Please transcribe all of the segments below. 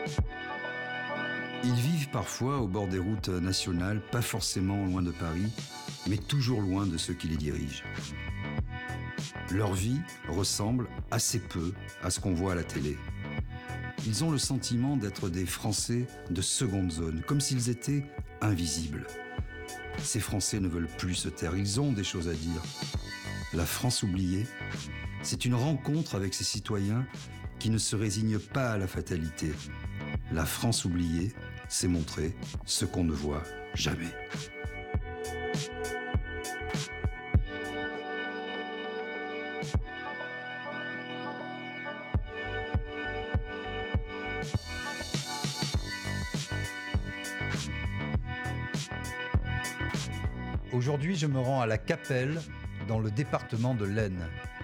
Ils vivent parfois au bord des routes nationales, pas forcément loin de Paris, mais toujours loin de ceux qui les dirigent. Leur vie ressemble assez peu à ce qu'on voit à la télé. Ils ont le sentiment d'être des Français de seconde zone, comme s'ils étaient invisibles. Ces Français ne veulent plus se taire, ils ont des choses à dire. La France oubliée, c'est une rencontre avec ces citoyens qui ne se résignent pas à la fatalité. La France oubliée, c'est montrer ce qu'on ne voit jamais. Aujourd'hui, je me rends à la Capelle, dans le département de l'Aisne.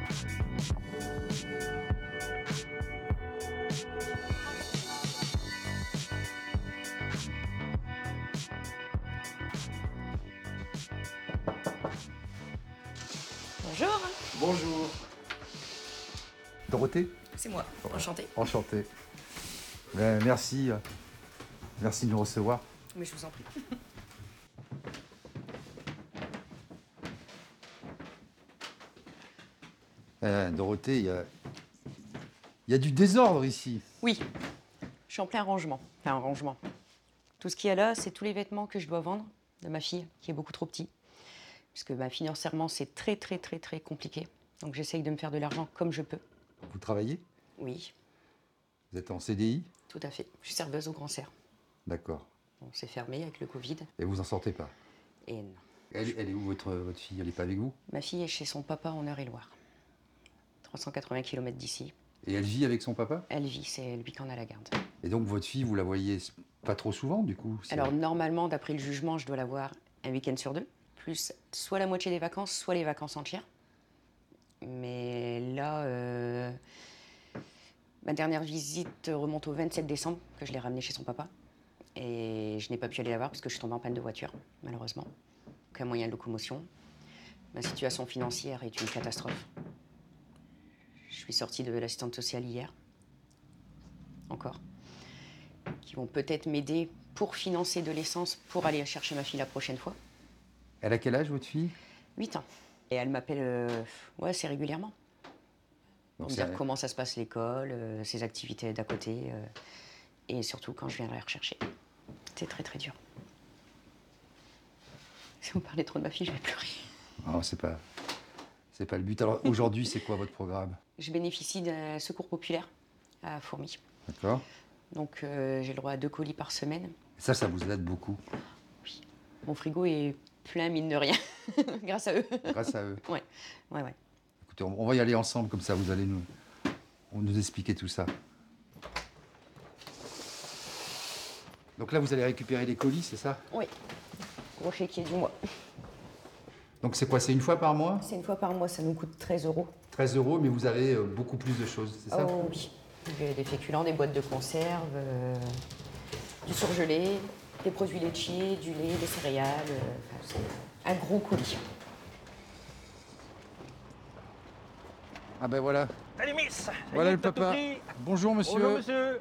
Bonjour. Bonjour. Dorothée ? C'est moi, enchantée. Enchanté. Merci de nous recevoir. Mais je vous en prie. Dorothée, il y a du désordre ici. Oui, je suis en plein rangement. Enfin, un rangement. Tout ce qu'il y a là, c'est tous les vêtements que je dois vendre de ma fille, qui est beaucoup trop petite. Puisque financièrement, c'est très compliqué. Donc j'essaye de me faire de l'argent comme je peux. Vous travaillez ? Oui, Vous êtes en CDI ? tout à fait. Je suis serveuse au Grand Serre. D'accord. On s'est fermé avec le Covid. Et vous en sortez pas ? Et non. Elle est où votre fille ? Elle n'est pas avec vous ? Ma fille est chez son papa en Eure-et-Loire. 380 km d'ici. Et elle vit avec son papa ? Elle vit, c'est lui qui en a la garde. Et donc votre fille, vous la voyez pas trop souvent du coup ? Alors normalement, d'après le jugement, je dois la voir un week-end sur 2, plus soit la moitié des vacances, soit les vacances entières. Mais là, ma dernière visite remonte au 27 décembre, que je l'ai ramenée chez son papa. Et je n'ai pas pu aller la voir parce que je suis tombée en panne de voiture, malheureusement. Aucun moyen de locomotion. Ma situation financière est une catastrophe. Je suis sortie de l'assistante sociale hier. Encore. Qui vont peut-être m'aider pour financer de l'essence pour aller chercher ma fille la prochaine fois. Elle a quel âge votre fille ? 8 ans. Et elle m'appelle assez régulièrement. Pour me dire comment ça se passe l'école, ses activités d'à côté. Et surtout quand je viens la rechercher. C'est très dur. Si vous parlez trop de ma fille, je vais pleurer. Non, c'est pas le but. Alors aujourd'hui, c'est quoi votre programme ? Je bénéficie d'un secours populaire à Fourmi. D'accord. Donc j'ai le droit à 2 colis par semaine. Ça vous aide beaucoup. Oui. Mon frigo est plein, mine de rien. Grâce à eux. Grâce à eux. Ouais. Écoutez, on va y aller ensemble, comme ça vous allez nous expliquer tout ça. Donc là, vous allez récupérer les colis, c'est ça ? Oui. Gros chéquier du mois. Donc c'est quoi ? C'est une fois par mois ? C'est une fois par mois, ça nous coûte 13 €. 13 €, mais vous avez beaucoup plus de choses, c'est ça ? Oh oui. J'ai des féculents, des boîtes de conserve, du surgelé, des produits laitiers, du lait, des céréales. C'est un gros colis. Ah ben voilà. Salut Miss. Voilà le papa. Bonjour monsieur. Bonjour monsieur.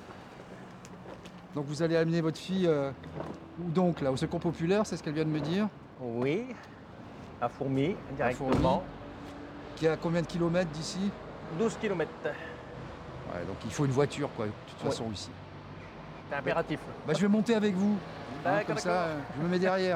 Donc vous allez amener votre fille où donc là ? Au secours populaire, c'est ce qu'elle vient de me dire ? Oui, à Fourmi, À directement. Fourmi. Qui est à combien de kilomètres d'ici ? 12 km. Ouais, donc il faut une voiture quoi, de toute façon ici. C'est impératif. Bah, je vais monter avec vous. D'accord, comme ça, d'accord. je me mets derrière.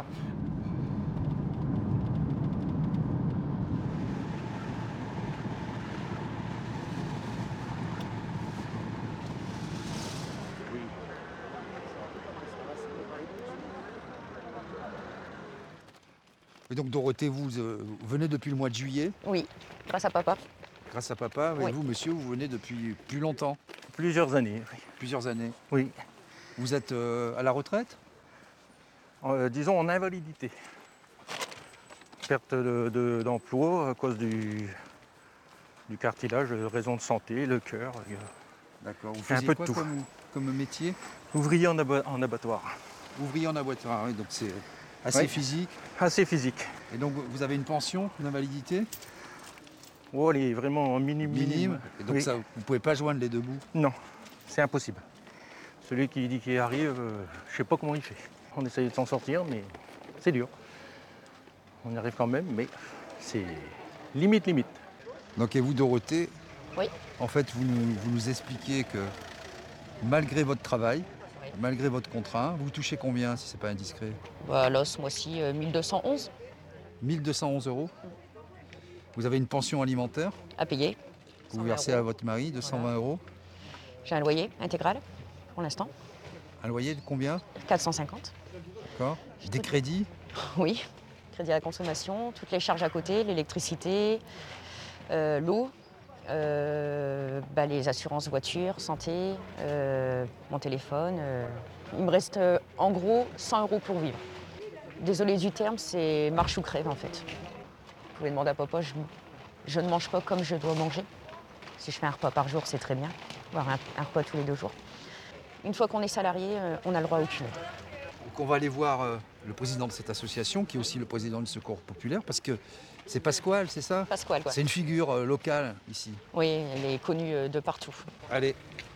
Et donc Dorothée, vous venez depuis le mois de juillet, Oui, grâce à papa. grâce à papa. Et Oui. vous, monsieur, vous venez depuis plus longtemps, Plusieurs années, oui. plusieurs années. Oui. Vous êtes à la retraite ? Disons en invalidité. Perte d'emploi à cause du cartilage, raison de santé, le cœur. D'accord. Vous Un faisiez peu de quoi tout. comme métier ? Ouvrier en abattoir. Ouvrier en abattoir, oui, donc c'est assez Oui. physique. Assez physique. Et donc vous avez une pension d'invalidité Oh, elle est vraiment minime. minime. Et donc Oui. ça, vous ne pouvez pas joindre les deux bouts. Non, c'est impossible. Celui qui dit qu'il y arrive, je ne sais pas comment il fait. On essaye de s'en sortir, mais c'est dur. On y arrive quand même, mais c'est limite. Donc et vous, Dorothée, Oui. en fait, vous nous expliquez que malgré votre travail, Oui. malgré votre contrat, vous touchez combien, si c'est pas indiscret? Bah, là, ce mois-ci, 1211 1211 euros. Vous avez une pension alimentaire à payer. que vous 120 versez euros. à votre mari de 120 euros. J'ai un loyer intégral pour l'instant, Un loyer de combien? 450. D'accord. Des crédits? Oui, crédit à la consommation, toutes les charges à côté, l'électricité, l'eau, les assurances voiture, santé, mon téléphone. Il me reste en gros 100 euros pour vivre. Désolée du terme, c'est marche ou crève en fait. Vous pouvez demander à papa, je ne mange pas comme je dois manger. Si je fais un repas par jour, c'est très bien, voire un repas tous les 2 jours. Une fois qu'on est salarié, on a le droit à aucune aide. Donc on va aller voir le président de cette association, qui est aussi le président du Secours populaire, parce que c'est Pasquale, c'est ça? Pasquale, quoi. C'est une figure locale ici. Oui, elle est connue de partout. Allez.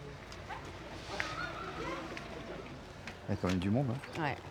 Il y a quand même du monde. Hein. Ouais.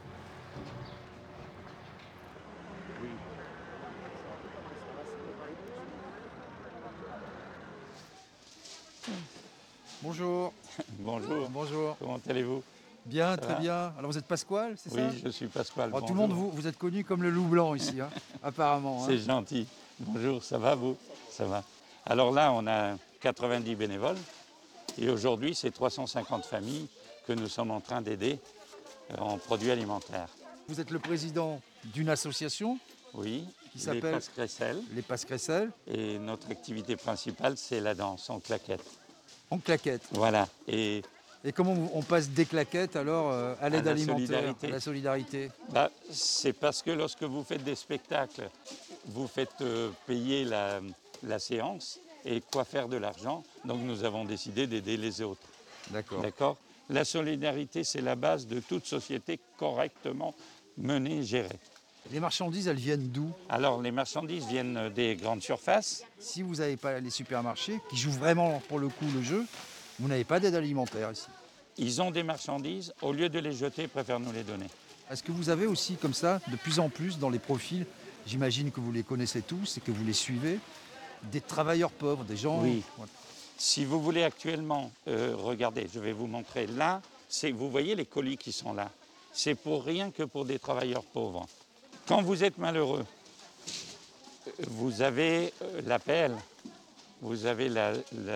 Bonjour. Bonjour, Bonjour. comment allez-vous? Bien, Ça très va bien. Alors vous êtes Pasquale, c'est Oui, ça? je suis Pasquale. Alors, tout le monde, bonjour. vous êtes connu comme le loup blanc ici, hein, apparemment. Hein. C'est gentil. Bonjour, ça va vous? Ça va. Alors là, on a 90 bénévoles et aujourd'hui, c'est 350 familles que nous sommes en train d'aider en produits alimentaires. Vous êtes le président d'une association, Oui, Qui les s'appelle Passes-Cressel. les Passes-Cressel, Et notre activité principale, c'est la danse en claquettes. en claquettes. Voilà. Et Et comment on passe des claquettes alors à l'aide la alimentaire, solidarité. à la solidarité? c'est parce que lorsque vous faites des spectacles, vous faites payer la séance et quoi faire de l'argent. Donc nous avons décidé d'aider les autres. D'accord. D'accord? La solidarité, c'est la base de toute société correctement menée, gérée. Les marchandises, elles viennent d'où? Alors les marchandises viennent des grandes surfaces. Si vous n'avez pas les supermarchés, qui jouent vraiment pour le coup le jeu, vous n'avez pas d'aide alimentaire ici. Ils ont des marchandises, au lieu de les jeter, ils préfèrent nous les donner. Est-ce que vous avez aussi comme ça, de plus en plus dans les profils, j'imagine que vous les connaissez tous et que vous les suivez, des travailleurs pauvres, des gens... Oui. Voilà. Si vous voulez actuellement, regardez, je vais vous montrer. Là, vous voyez les colis qui sont là. C'est pour rien que pour des travailleurs pauvres. Quand vous êtes malheureux, vous avez l'APL, vous avez la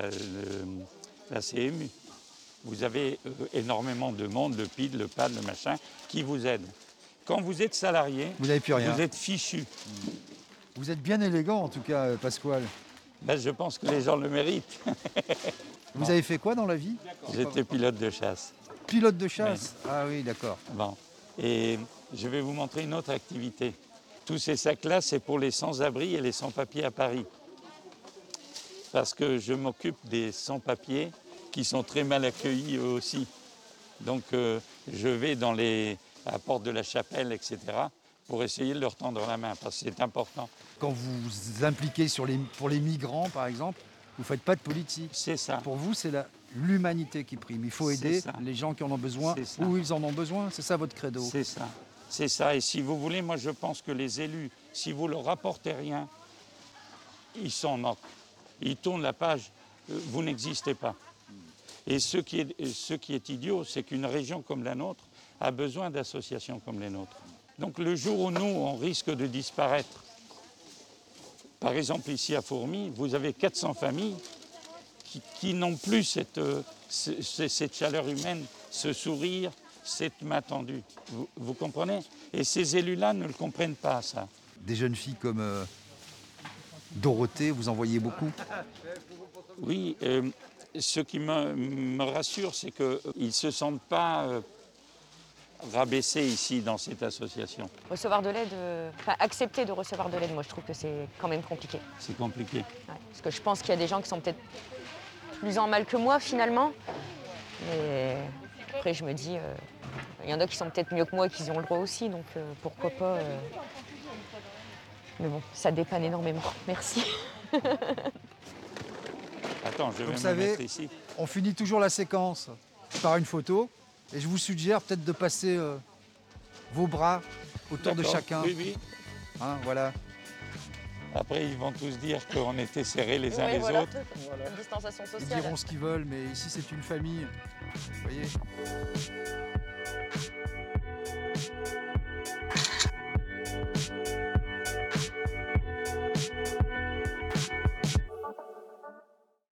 CMU, vous avez énormément de monde, le PID, le PAD, le machin, qui vous aide. Quand vous êtes salarié, Vous n'avez plus rien. vous êtes fichu. Vous êtes bien élégant en tout cas, Pasquale. Je pense que les gens le méritent. Vous avez fait quoi dans la vie? J'étais pilote de chasse. Pilote de chasse. Ah oui, d'accord. Bon. Et je vais vous montrer une autre activité. Tous ces sacs-là, c'est pour les sans-abri et les sans-papiers à Paris. Parce que je m'occupe des sans-papiers qui sont très mal accueillis eux aussi. Donc je vais à Porte de la Chapelle, etc., pour essayer de leur tendre la main, parce que c'est important. Quand vous vous impliquez pour les migrants, par exemple, vous ne faites pas de politique. C'est ça. Pour vous, c'est l'humanité qui prime. Il faut C'est aider ça. les gens qui en ont besoin C'est ça. où ils en ont besoin. C'est ça votre credo. C'est ça. C'est ça. Et si vous voulez, moi je pense que les élus, si vous leur apportez rien, ils s'en moquent. Ils tournent la page. Vous n'existez pas. Et ce qui est idiot, c'est qu'une région comme la nôtre a besoin d'associations comme les nôtres. Donc le jour où nous, on risque de disparaître, par exemple ici à Fourmies, vous avez 400 familles qui n'ont plus cette chaleur humaine, ce sourire, cette main tendue. Vous comprenez? Et ces élus-là ne le comprennent pas, ça. Des jeunes filles comme Dorothée, vous en voyez beaucoup? Oui, ce qui me rassure, c'est qu'ils ne se sentent pas rabaissés ici dans cette association. Recevoir de l'aide, accepter de recevoir de l'aide, moi je trouve que c'est quand même compliqué. C'est compliqué. Ouais, parce que je pense qu'il y a des gens qui sont peut-être plus en mal que moi finalement. Mais après je me dis, il y en a qui sont peut-être mieux que moi et qui y ont le droit aussi, donc pourquoi pas. Mais bon, ça dépanne énormément. Merci. Attends, je vais Vous me savez, mettre ici. on finit toujours la séquence par une photo. Et je vous suggère peut-être de passer vos bras autour de D'accord. chacun. Oui, oui. Hein, voilà. Après, ils vont tous dire qu'on était serrés les uns Oui, les voilà. autres. Une distanciation Ils sociale. diront ce qu'ils veulent, mais ici c'est une famille. Vous voyez.